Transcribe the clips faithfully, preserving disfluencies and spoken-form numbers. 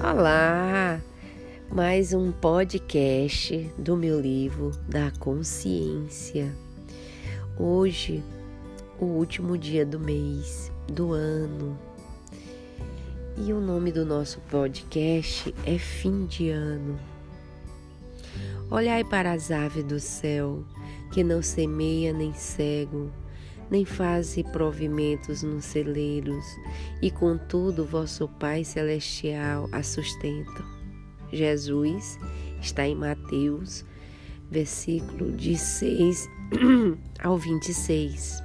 Olá! Mais um podcast do meu livro da consciência. Hoje, o último dia do mês, do ano. E o nome do nosso podcast é Fim de Ano. Olhai para as aves do céu, que não semeia nem cego, nem faze provimentos nos celeiros, e contudo vosso Pai Celestial a sustenta. Jesus está em Mateus, versículo de seis ao vinte e seis.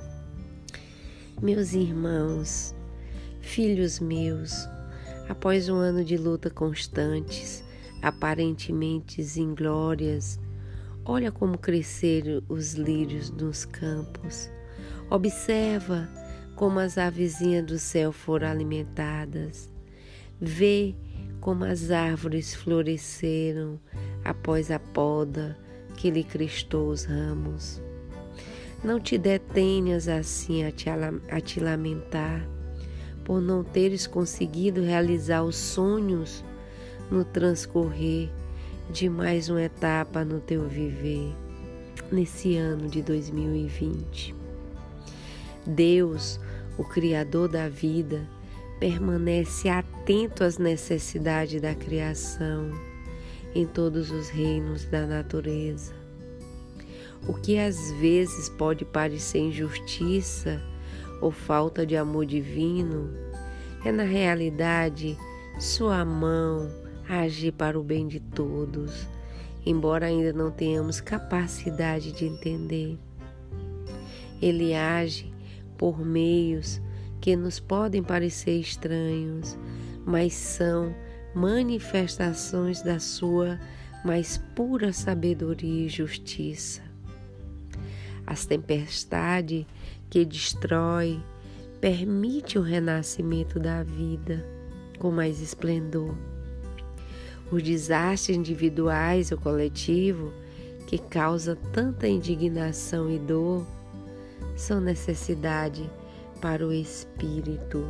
Meus irmãos, filhos meus, após um ano de luta constantes, aparentemente inglórias, olha como cresceram os lírios nos campos. Observa como as avezinhas do céu foram alimentadas. Vê como as árvores floresceram após a poda que lhe crestou os ramos. Não te detenhas assim a te, a te lamentar por não teres conseguido realizar os sonhos no transcorrer de mais uma etapa no teu viver, nesse ano de dois mil e vinte. Deus, o Criador da vida, permanece atento às necessidades da criação em todos os reinos da natureza. O que às vezes pode parecer injustiça ou falta de amor divino, é na realidade sua mão a agir para o bem de todos, embora ainda não tenhamos capacidade de entender. Ele age por meios que nos podem parecer estranhos, mas são manifestações da sua mais pura sabedoria e justiça. As tempestades que destrói permite o renascimento da vida com mais esplendor. Os desastres individuais ou coletivos que causam tanta indignação e dor são necessidade para o espírito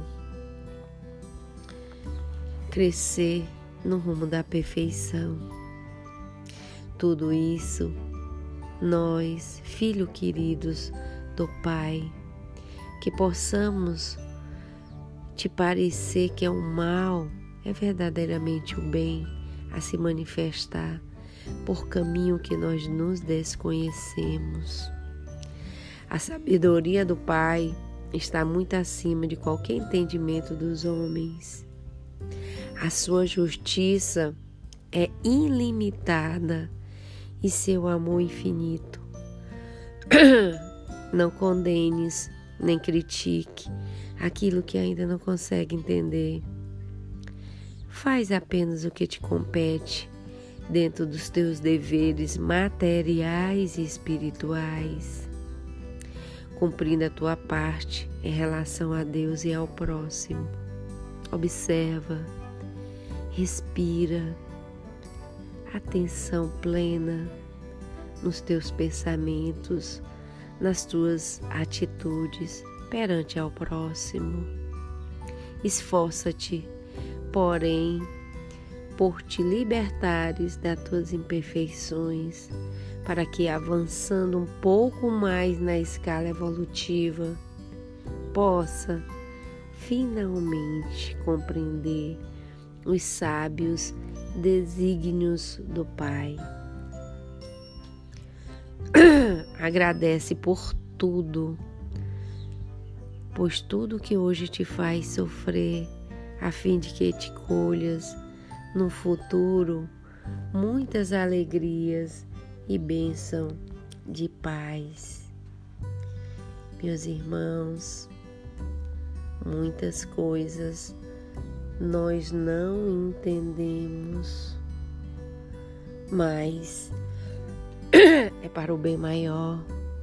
crescer no rumo da perfeição. Tudo isso, nós, filhos queridos do Pai, que possamos te parecer que é o mal, é verdadeiramente o bem a se manifestar por caminho que nós nos desconhecemos. A sabedoria do Pai está muito acima de qualquer entendimento dos homens. A sua justiça é ilimitada e seu amor infinito. Não condenes nem critique aquilo que ainda não consegue entender. Faz apenas o que te compete dentro dos teus deveres materiais e espirituais, cumprindo a tua parte em relação a Deus e ao próximo. Observa, respira, atenção plena nos teus pensamentos, nas tuas atitudes perante ao próximo. Esforça-te, porém, por te libertares das tuas imperfeições, para que, avançando um pouco mais na escala evolutiva, possa finalmente compreender os sábios desígnios do Pai. Agradece por tudo, pois tudo que hoje te faz sofrer, a fim de que te colhas no futuro muitas alegrias e bênção de paz. Meus irmãos, muitas coisas nós não entendemos, mas é para o bem maior.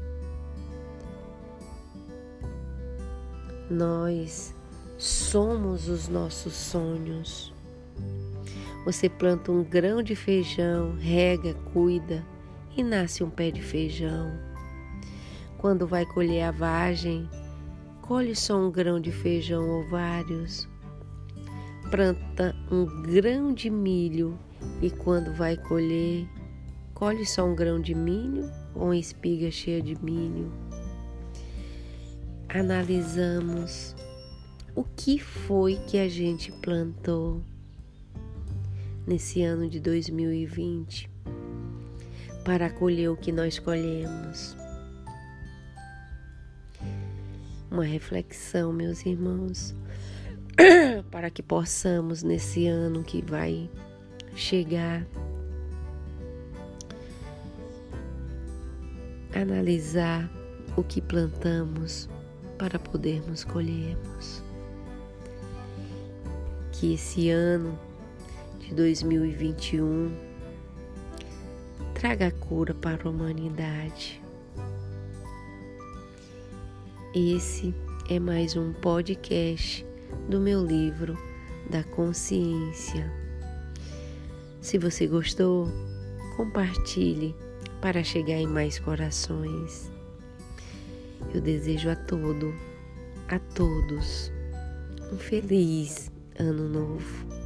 Nós somos os nossos sonhos. Você planta um grão de feijão, rega, cuida e nasce um pé de feijão. Quando vai colher a vagem, colhe só um grão de feijão ou vários. planta um grão de milho e quando vai colher, colhe só um grão de milho ou uma espiga cheia de milho. Analisamos o que foi que a gente plantou nesse ano de dois mil e vinte para colher o que nós colhemos. Uma reflexão, meus irmãos, para que possamos nesse ano que vai chegar analisar o que plantamos para podermos colhermos. Que esse ano de dois mil e vinte e um traga cura para a humanidade. Esse é mais um podcast do meu livro da consciência. Se você gostou, compartilhe para chegar em mais corações. Eu desejo a todo, a todos, um feliz ano novo.